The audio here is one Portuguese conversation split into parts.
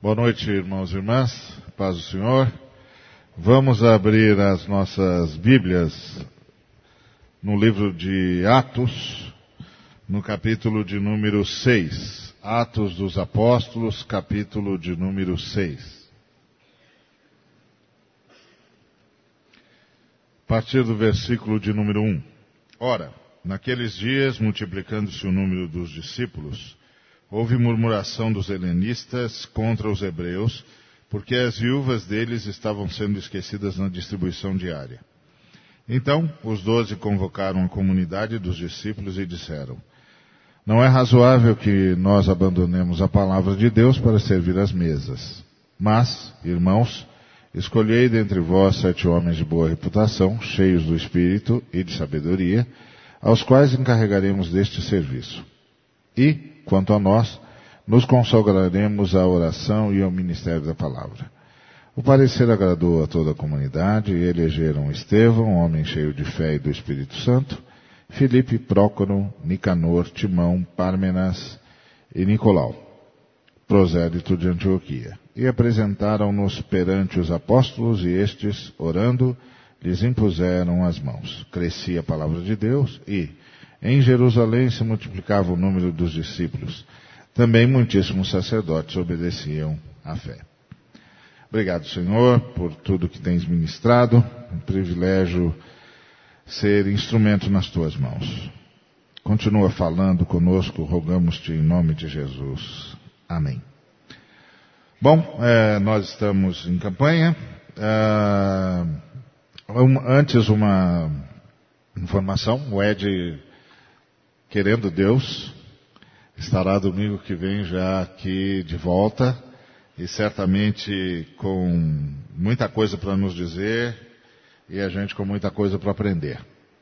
Boa noite, irmãos e irmãs, paz do Senhor. Vamos abrir as nossas Bíblias no livro de Atos, no capítulo de número 6. Atos dos Apóstolos, capítulo de número 6. A partir do versículo de número 1. Ora, naqueles dias, multiplicando-se o número dos discípulos, houve murmuração dos helenistas contra os hebreus, porque as viúvas deles estavam sendo esquecidas na distribuição diária. Então, os 12 convocaram a comunidade dos discípulos e disseram: não é razoável que nós abandonemos a palavra de Deus para servir às mesas. Mas, irmãos, escolhei dentre vós 7 homens de boa reputação, cheios do Espírito e de sabedoria, aos quais encarregaremos deste serviço. E, quanto a nós, nos consagraremos à oração e ao ministério da palavra. O parecer agradou a toda a comunidade e elegeram Estevão, homem cheio de fé e do Espírito Santo, Filipe, Prócoro, Nicanor, Timão, Pármenas e Nicolau, prosélito de Antioquia. E apresentaram-nos perante os apóstolos e estes, orando, lhes impuseram as mãos. Crescia a palavra de Deus e, em Jerusalém, se multiplicava o número dos discípulos. Também muitíssimos sacerdotes obedeciam à fé. Obrigado, Senhor, por tudo que tens ministrado. Um privilégio ser instrumento nas tuas mãos. Continua falando conosco, rogamos-te em nome de Jesus. Amém. Bom, nós estamos em campanha. Antes uma informação, o Ed, querendo Deus, estará domingo que vem já aqui de volta e certamente com muita coisa para nos dizer e a gente com muita coisa para aprender.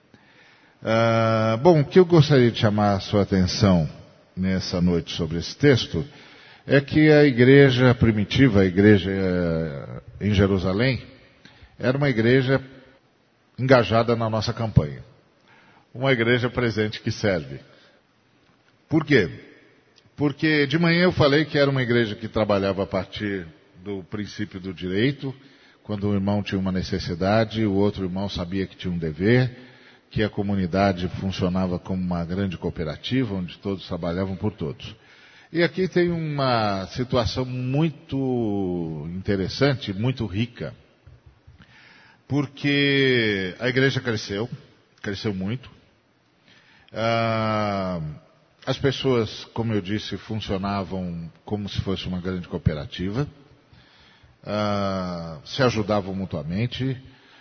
Bom, o que eu gostaria de chamar a sua atenção nessa noite sobre esse texto é que a igreja primitiva, a igreja em Jerusalém, era uma igreja engajada na nossa campanha. Uma igreja presente que serve. Por quê? Porque de manhã eu falei que era uma igreja que trabalhava a partir do princípio do direito. Quando um irmão tinha uma necessidade, o outro irmão sabia que tinha um dever, que a comunidade funcionava como uma grande cooperativa, onde todos trabalhavam por todos. E aqui tem uma situação muito interessante, muito rica, porque a igreja cresceu muito. As pessoas, como eu disse, funcionavam como se fosse uma grande cooperativa, se ajudavam mutuamente,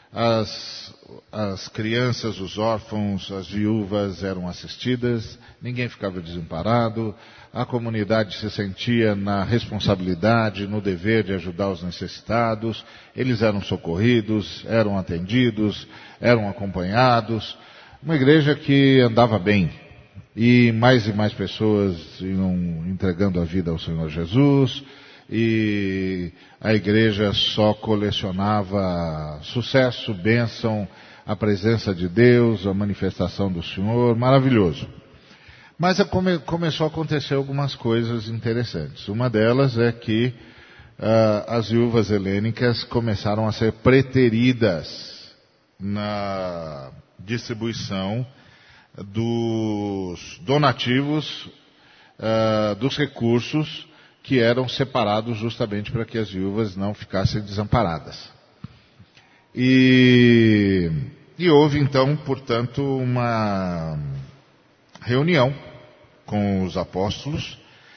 as crianças, os órfãos, as viúvas eram assistidas, ninguém ficava desamparado, a comunidade se sentia na responsabilidade, no dever de ajudar os necessitados, eles eram socorridos, eram atendidos, eram acompanhados, uma igreja que andava bem. E mais pessoas iam entregando a vida ao Senhor Jesus, e a igreja só colecionava sucesso, bênção, a presença de Deus, a manifestação do Senhor, maravilhoso. Mas começou a acontecer algumas coisas interessantes. Uma delas é que as viúvas helênicas começaram a ser preteridas na distribuição dos donativos, dos recursos que eram separados justamente para que as viúvas não ficassem desamparadas. E houve então, portanto, uma reunião com os apóstolos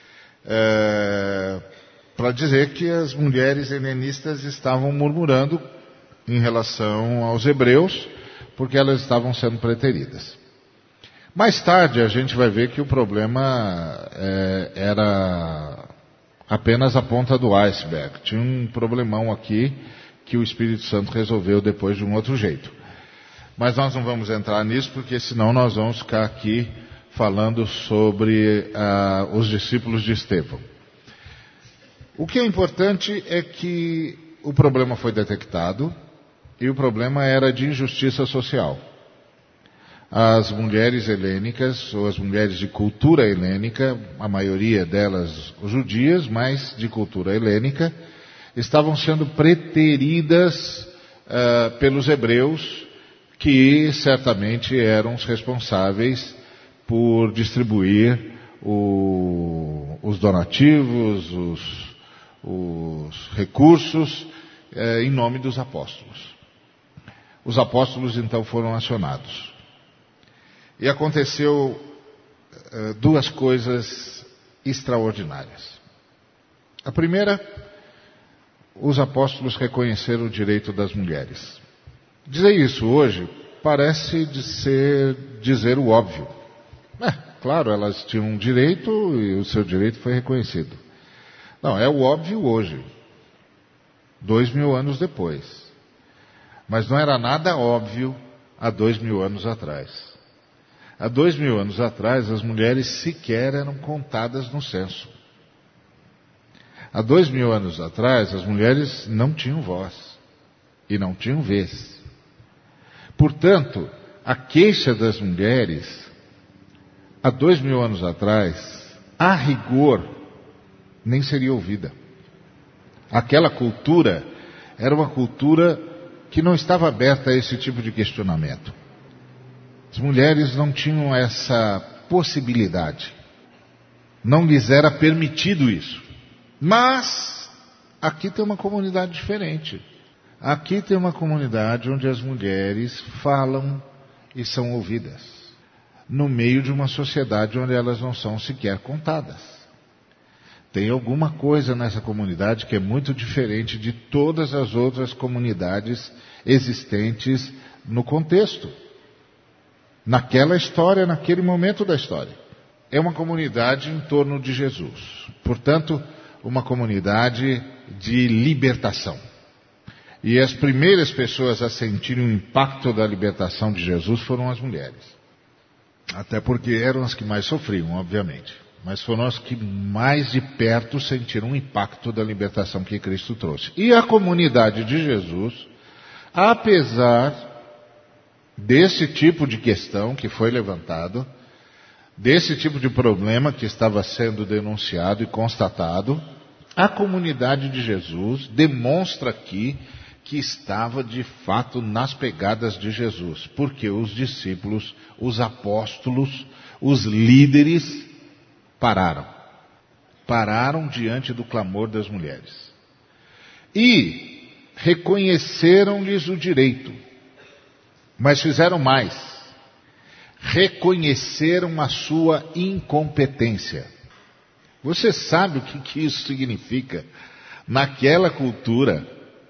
para dizer que as mulheres helenistas estavam murmurando em relação aos hebreus, porque elas estavam sendo preteridas. Mais tarde a gente vai ver que o problema era apenas a ponta do iceberg. Tinha um problemão aqui que o Espírito Santo resolveu depois de um outro jeito. Mas nós não vamos entrar nisso, porque senão nós vamos ficar aqui falando sobre os discípulos de Estevão. O que é importante é que o problema foi detectado e o problema era de injustiça social. as mulheres helênicas, ou as mulheres de cultura helênica, a maioria delas judias, mas de cultura helênica, estavam sendo preteridas pelos hebreus, que certamente eram os responsáveis por distribuir os donativos, os recursos, em nome dos apóstolos. Os apóstolos então foram acionados. E aconteceu duas coisas extraordinárias. A primeira, os apóstolos reconheceram o direito das mulheres. Dizer isso hoje parece dizer o óbvio. Claro, elas tinham um direito e o seu direito foi reconhecido. Não, é o óbvio hoje, 2000 anos depois. Mas não era nada óbvio há 2000 anos atrás. Há 2000 anos atrás, as mulheres sequer eram contadas no censo. Há 2000 anos atrás, as mulheres não tinham voz e não tinham vez. Portanto, a queixa das mulheres, há 2000 anos atrás, a rigor, nem seria ouvida. Aquela cultura era uma cultura que não estava aberta a esse tipo de questionamento. As mulheres não tinham essa possibilidade. Não lhes era permitido isso. Mas, aqui tem uma comunidade diferente. Aqui tem uma comunidade onde as mulheres falam e são ouvidas. No meio de uma sociedade onde elas não são sequer contadas. Tem alguma coisa nessa comunidade que é muito diferente de todas as outras comunidades existentes no contexto. Naquela história, naquele momento da história. É uma comunidade em torno de Jesus. Portanto, uma comunidade de libertação. E as primeiras pessoas a sentirem o impacto da libertação de Jesus foram as mulheres. Até porque eram as que mais sofriam, obviamente. Mas foram as que mais de perto sentiram o impacto da libertação que Cristo trouxe. E a comunidade de Jesus, apesar desse tipo de questão que foi levantado, desse tipo de problema que estava sendo denunciado e constatado, a comunidade de Jesus demonstra aqui que estava de fato nas pegadas de Jesus, porque os discípulos, os apóstolos, os líderes pararam diante do clamor das mulheres e reconheceram-lhes o direito, mas fizeram mais, reconheceram a sua incompetência. Você sabe o que isso significa? Naquela cultura,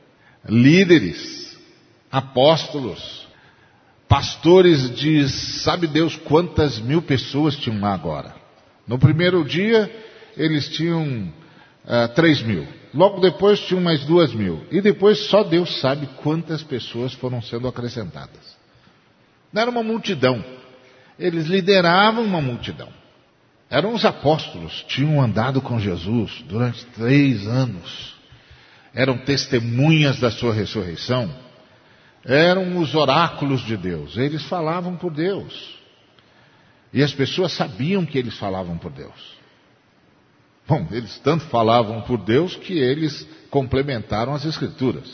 líderes, apóstolos, pastores de sabe Deus quantas mil pessoas tinham lá agora. No primeiro dia, eles tinham 3.000. Logo depois tinham mais 2.000. E depois só Deus sabe quantas pessoas foram sendo acrescentadas. Não era uma multidão. Eles lideravam uma multidão. Eram os apóstolos, tinham andado com Jesus durante 3 anos. Eram testemunhas da sua ressurreição. Eram os oráculos de Deus. Eles falavam por Deus. E as pessoas sabiam que eles falavam por Deus. Bom, eles tanto falavam por Deus que eles complementaram as Escrituras.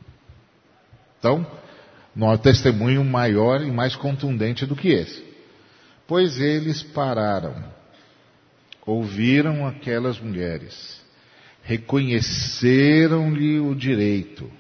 Então, não há testemunho maior e mais contundente do que esse. Pois eles pararam, ouviram aquelas mulheres, reconheceram-lhe o direito,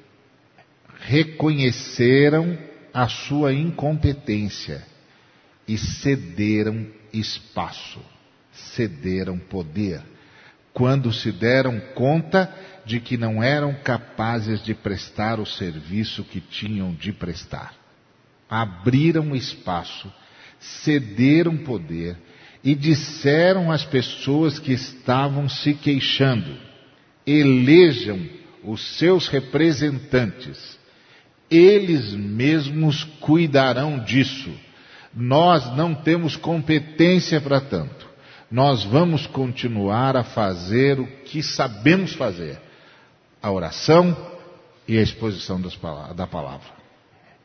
reconheceram a sua incompetência e cederam espaço, cederam poder, quando se deram conta de que não eram capazes de prestar o serviço que tinham de prestar. Abriram espaço, cederam poder e disseram às pessoas que estavam se queixando: elejam os seus representantes, eles mesmos cuidarão disso. Nós não temos competência para tanto. Nós vamos continuar a fazer o que sabemos fazer: a oração e a exposição da palavra.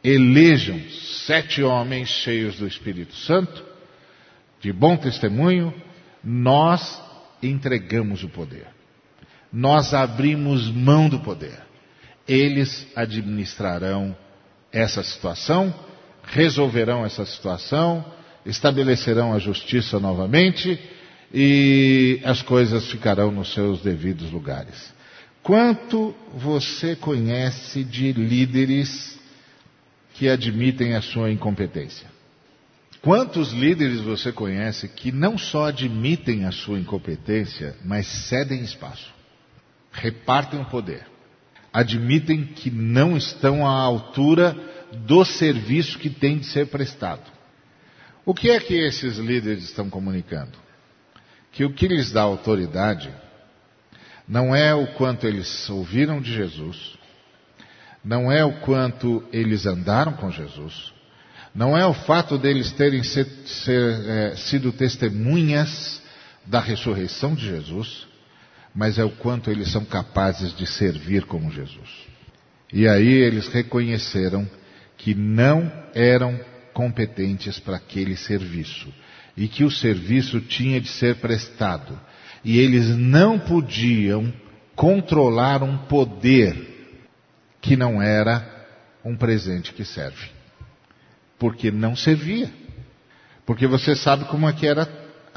elejam 7 homens cheios do Espírito Santo, de bom testemunho, nós entregamos o poder. Nós abrimos mão do poder. Eles administrarão essa situação, resolverão essa situação, estabelecerão a justiça novamente e as coisas ficarão nos seus devidos lugares. Quanto você conhece de líderes que admitem a sua incompetência? Quantos líderes você conhece que não só admitem a sua incompetência, mas cedem espaço, repartem o poder, admitem que não estão à altura do serviço que tem de ser prestado? O que é que esses líderes estão comunicando? Que o que lhes dá autoridade não é o quanto eles ouviram de Jesus, não é o quanto eles andaram com Jesus, não é o fato deles terem sido testemunhas da ressurreição de Jesus, mas é o quanto eles são capazes de servir como Jesus. E aí eles reconheceram que não eram competentes para aquele serviço e que o serviço tinha de ser prestado. E eles não podiam controlar um poder que não era um presente que serve. Porque não servia. Porque você sabe como é que era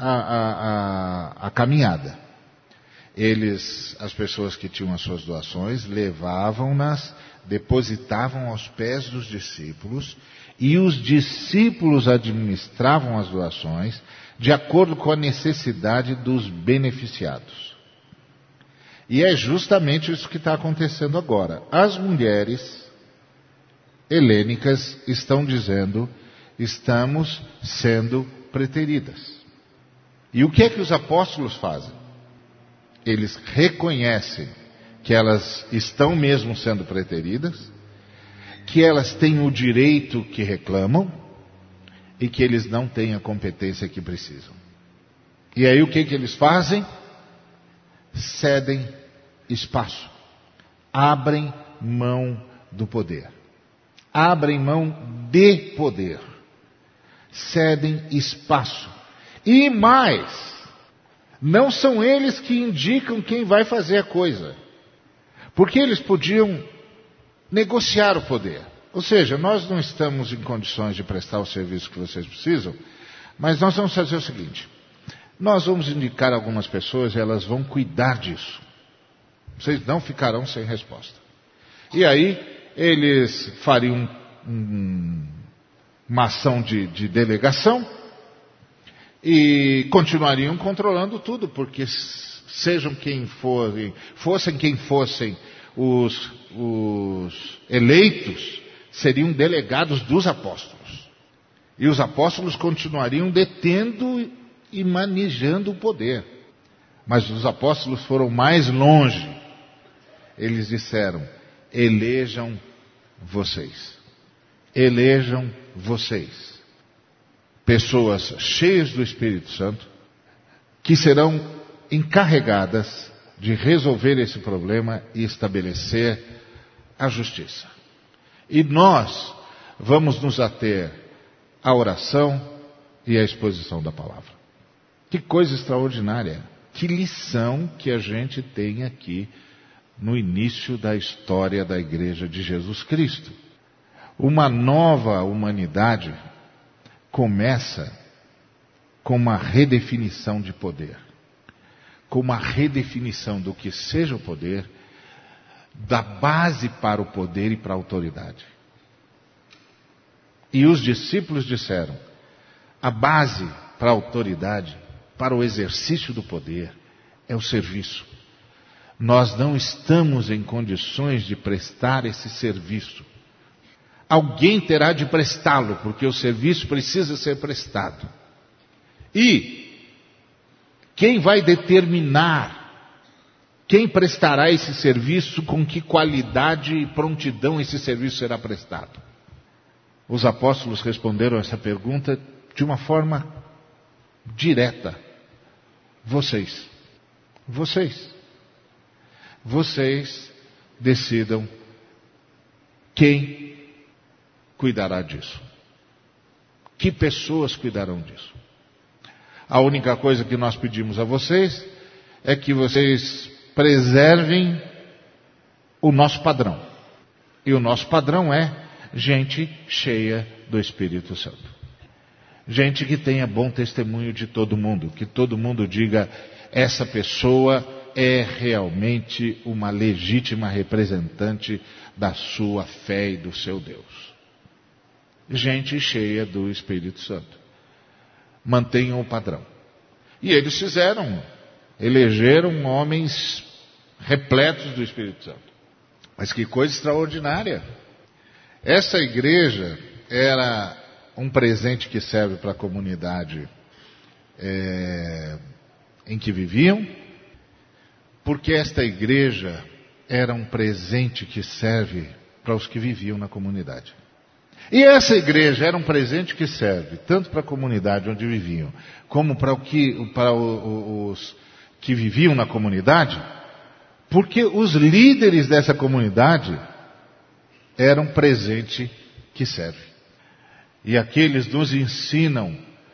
a caminhada. As pessoas que tinham as suas doações, levavam-nas, depositavam aos pés dos discípulos, e os discípulos administravam as doações de acordo com a necessidade dos beneficiados. E é justamente isso que está acontecendo agora. As mulheres helênicas estão dizendo, estamos sendo preteridas. E o que é que os apóstolos fazem? Eles reconhecem que elas estão mesmo sendo preteridas, que elas têm o direito que reclamam e que eles não têm a competência que precisam. E aí o que eles fazem? Cedem espaço, abrem mão do poder, abrem mão de poder, cedem espaço. E mais, não são eles que indicam quem vai fazer a coisa, porque eles podiam negociar o poder. Ou seja, nós não estamos em condições de prestar o serviço que vocês precisam, mas nós vamos fazer o seguinte: nós vamos indicar algumas pessoas e elas vão cuidar disso. Vocês não ficarão sem resposta. E aí, eles fariam uma ação de delegação e continuariam controlando tudo, porque sejam quem forem, fossem quem fossem os eleitos, seriam delegados dos apóstolos. E os apóstolos continuariam detendo e manejando o poder. Mas os apóstolos foram mais longe. Eles disseram: elejam vocês. Elejam vocês. Pessoas cheias do Espírito Santo, que serão encarregadas de resolver esse problema e estabelecer a justiça. E nós vamos nos ater à oração e à exposição da palavra. Que coisa extraordinária! Que lição que a gente tem aqui no início da história da Igreja de Jesus Cristo. Uma nova humanidade começa com uma redefinição de poder, com uma redefinição do que seja o poder, da base para o poder e para a autoridade. E os discípulos disseram: a base para a autoridade, para o exercício do poder, é o serviço. Nós não estamos em condições de prestar esse serviço. Alguém terá de prestá-lo, porque o serviço precisa ser prestado. E quem vai determinar quem prestará esse serviço, com que qualidade e prontidão esse serviço será prestado? Os apóstolos responderam essa pergunta de uma forma direta: vocês decidam quem cuidará disso? Que pessoas cuidarão disso? A única coisa que nós pedimos a vocês é que vocês preservem o nosso padrão. E o nosso padrão é gente cheia do Espírito Santo. Gente que tenha bom testemunho de todo mundo, que todo mundo diga, essa pessoa é realmente uma legítima representante da sua fé e do seu Deus. Gente cheia do Espírito Santo. Mantenham o padrão. E eles elegeram homens repletos do Espírito Santo. Mas que coisa extraordinária. Essa igreja era um presente que serve para a comunidade em que viviam, porque esta igreja era um presente que serve para os que viviam na comunidade. E essa igreja era um presente que serve tanto para a comunidade onde viviam, como para os que viviam na comunidade, porque os líderes dessa comunidade eram um presente que serve. E aqueles nos ensinam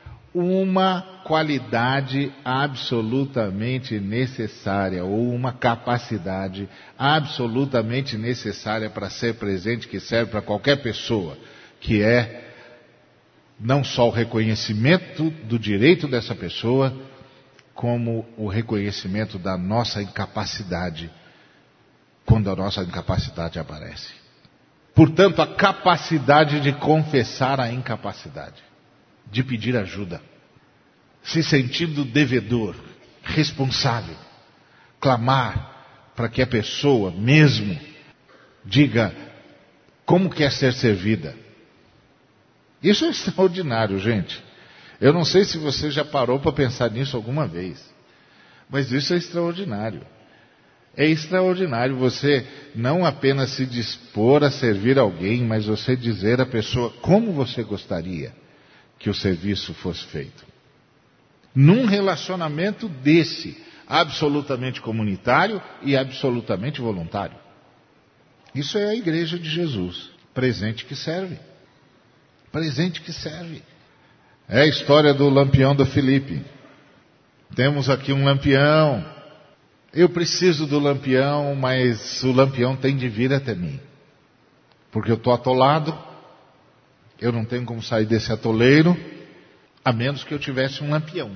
uma qualidade absolutamente necessária, ou uma capacidade absolutamente necessária para ser presente, que serve para qualquer pessoa, que é não só o reconhecimento do direito dessa pessoa, como o reconhecimento da nossa incapacidade, quando a nossa incapacidade aparece. Portanto, a capacidade de confessar a incapacidade, de pedir ajuda, se sentindo devedor, responsável, clamar para que a pessoa mesmo diga como quer ser servida. Isso é extraordinário, gente. Eu não sei se você já parou para pensar nisso alguma vez, mas isso é extraordinário. É extraordinário você não apenas se dispor a servir alguém, mas você dizer à pessoa como você gostaria que o serviço fosse feito. Num relacionamento desse, absolutamente comunitário e absolutamente voluntário. Isso é a igreja de Jesus, presente que serve. Presente que serve. É a história do lampião do Filipe. Temos aqui um lampião. Eu preciso do lampião, mas o lampião tem de vir até mim. Porque eu estou atolado, eu não tenho como sair desse atoleiro, a menos que eu tivesse um lampião.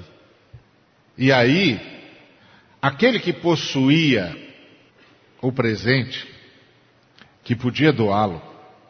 E aí, aquele que possuía o presente, que podia doá-lo,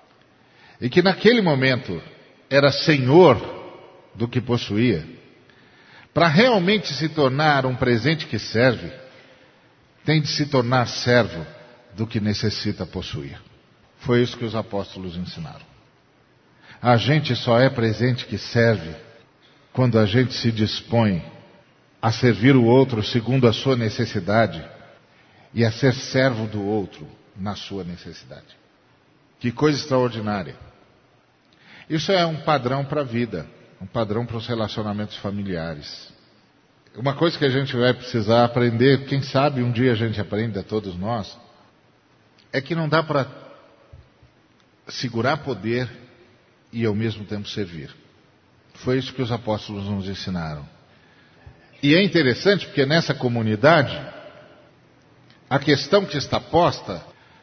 e que naquele momento era senhor do que possuía, para realmente se tornar um presente que serve, tem de se tornar servo do que necessita possuir. Foi isso que os apóstolos ensinaram. A gente só é presente que serve quando a gente se dispõe a servir o outro segundo a sua necessidade e a ser servo do outro na sua necessidade. Que coisa extraordinária. Isso é um padrão para a vida, um padrão para os relacionamentos familiares. Uma coisa que a gente vai precisar aprender, quem sabe um dia a gente aprenda, todos nós, é que não dá para segurar poder e ao mesmo tempo servir. Foi isso que os apóstolos nos ensinaram. E é interessante porque nessa comunidade, a questão que está posta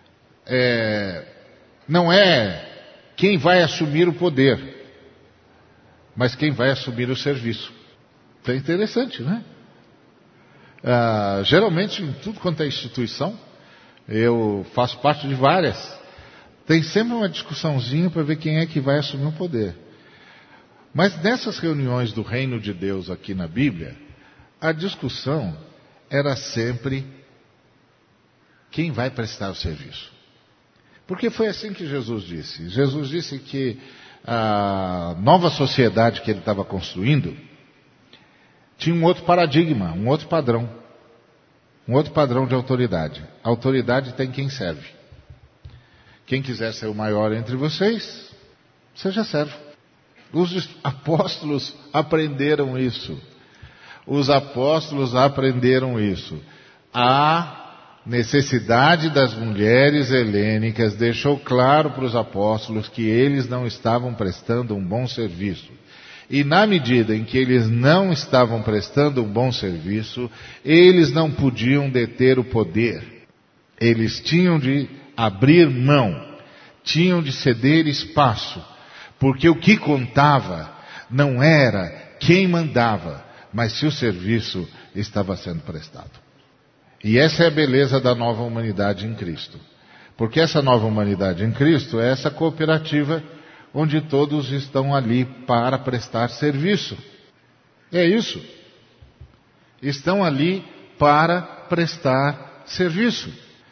não é quem vai assumir o poder, mas quem vai assumir o serviço. Isso é interessante, né? Geralmente, em tudo quanto é instituição, eu faço parte de várias, tem sempre uma discussãozinha para ver quem é que vai assumir o poder. Mas nessas reuniões do reino de Deus aqui na Bíblia, a discussão era sempre quem vai prestar o serviço. Porque foi assim que Jesus disse. Jesus disse que a nova sociedade que ele estava construindo tinha um outro paradigma, um outro padrão de autoridade. A autoridade tem quem serve. Quem quiser ser o maior entre vocês, seja servo. Os apóstolos aprenderam isso. Os apóstolos aprenderam isso. Há necessidade das mulheres helênicas deixou claro para os apóstolos que eles não estavam prestando um bom serviço. E na medida em que eles não estavam prestando um bom serviço, eles não podiam deter o poder. Eles tinham de abrir mão, tinham de ceder espaço, porque o que contava não era quem mandava, mas se o serviço estava sendo prestado. E essa é a beleza da nova humanidade em Cristo. Porque essa nova humanidade em Cristo é essa cooperativa onde todos estão ali para prestar serviço. É isso. Estão ali para prestar serviço.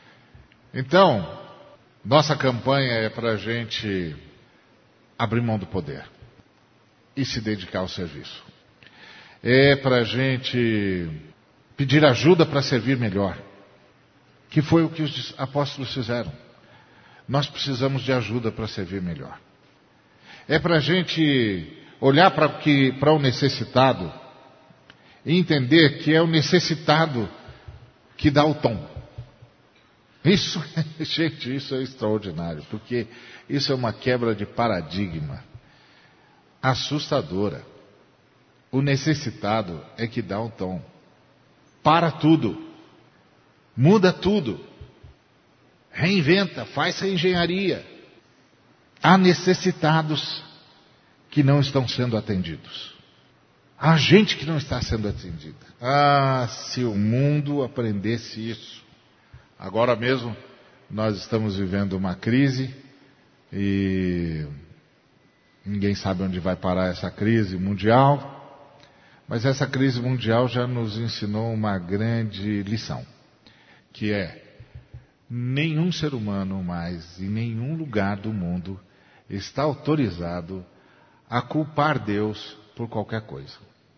Então, nossa campanha é para a gente abrir mão do poder e se dedicar ao serviço. É para a gente pedir ajuda para servir melhor, que foi o que os apóstolos fizeram. Nós precisamos de ajuda para servir melhor. É para a gente olhar para o necessitado e entender que é o necessitado que dá o tom. Isso, gente, isso é extraordinário, porque isso é uma quebra de paradigma assustadora. O necessitado é que dá o tom. Para tudo. Muda tudo. Reinventa, faz a engenharia. Há necessitados que não estão sendo atendidos. Há gente que não está sendo atendida. Ah, se o mundo aprendesse isso. Agora mesmo nós estamos vivendo uma crise e ninguém sabe onde vai parar essa crise mundial. Mas essa crise mundial já nos ensinou uma grande lição, que é: nenhum ser humano mais, em nenhum lugar do mundo, está autorizado a culpar Deus por qualquer coisa.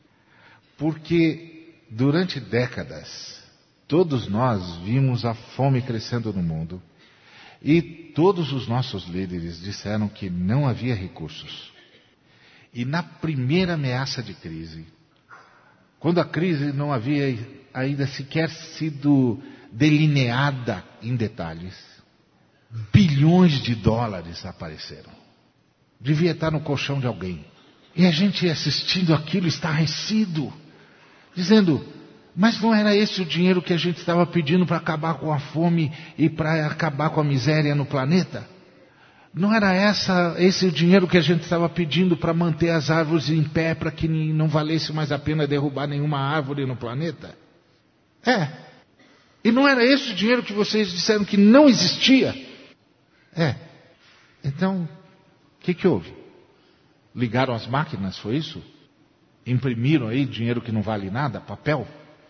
Porque durante décadas, todos nós vimos a fome crescendo no mundo e todos os nossos líderes disseram que não havia recursos. E na primeira ameaça de crise, quando a crise não havia ainda sequer sido delineada em detalhes, bilhões de dólares apareceram. Devia estar no colchão de alguém. E a gente assistindo aquilo estarrecido, dizendo: mas não era esse o dinheiro que a gente estava pedindo para acabar com a fome e para acabar com a miséria no planeta? Não era esse o dinheiro que a gente estava pedindo para manter as árvores em pé, para que não valesse mais a pena derrubar nenhuma árvore no planeta? É. E não era esse o dinheiro que vocês disseram que não existia? É. Então, o que houve? Ligaram as máquinas, foi isso? Imprimiram aí dinheiro que não vale nada, papel?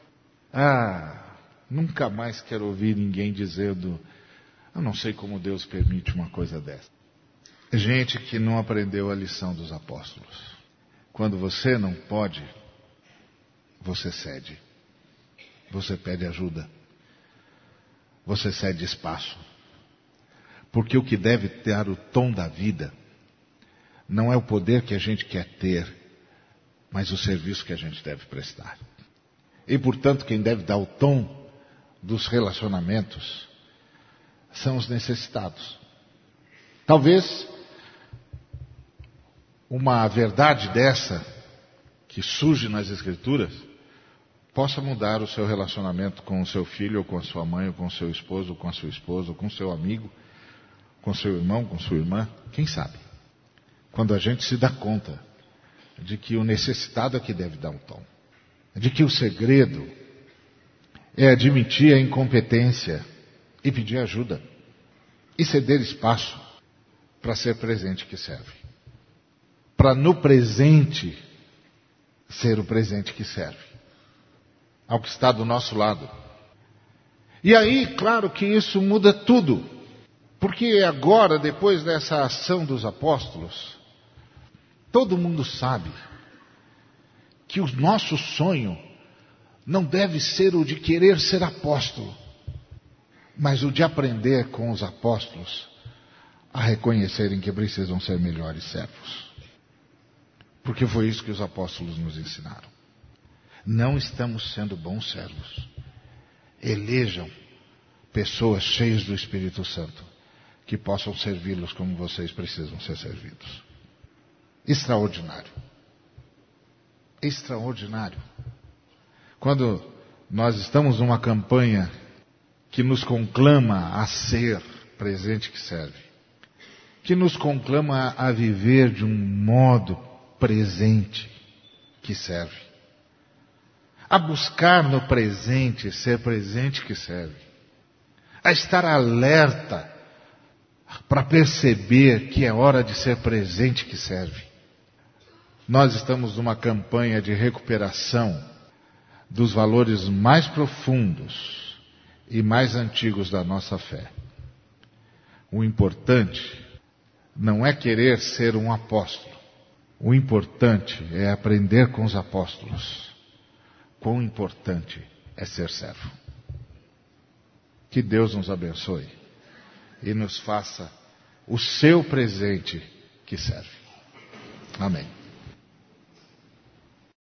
Ah, nunca mais quero ouvir ninguém dizendo: eu não sei como Deus permite uma coisa dessa. Gente que não aprendeu a lição dos apóstolos. Quando você não pode, você cede. Você pede ajuda. Você cede espaço. Porque o que deve dar o tom da vida não é o poder que a gente quer ter, mas o serviço que a gente deve prestar. E, portanto, quem deve dar o tom dos relacionamentos são os necessitados. Talvez uma verdade dessa, que surge nas Escrituras, possa mudar o seu relacionamento com o seu filho, ou com a sua mãe, ou com o seu esposo, ou com a sua esposa, ou com o seu amigo, com o seu irmão, com sua irmã. Quem sabe? Quando a gente se dá conta de que o necessitado é que deve dar um tom. De que o segredo é admitir a incompetência e pedir ajuda. E ceder espaço para ser presente que serve. Para no presente ser o presente que serve ao que está do nosso lado. E aí, claro que isso muda tudo. Porque agora, depois dessa ação dos apóstolos, todo mundo sabe que o nosso sonho não deve ser o de querer ser apóstolo, mas o de aprender com os apóstolos a reconhecerem que precisam ser melhores servos. Porque foi isso que os apóstolos nos ensinaram. Não estamos sendo bons servos. Elejam pessoas cheias do Espírito Santo, que possam servi-los como vocês precisam ser servidos. Extraordinário. Extraordinário. Quando nós estamos numa campanha que nos conclama a ser presente que serve, que nos conclama a viver de um modo presente que serve, a buscar no presente ser presente que serve, a estar alerta para perceber que é hora de ser presente que serve. Nós estamos numa campanha de recuperação dos valores mais profundos e mais antigos da nossa fé. O importante não é querer ser um apóstolo. O importante é aprender com os apóstolos. Quão importante é ser servo. Que Deus nos abençoe e nos faça o seu presente que serve. Amém.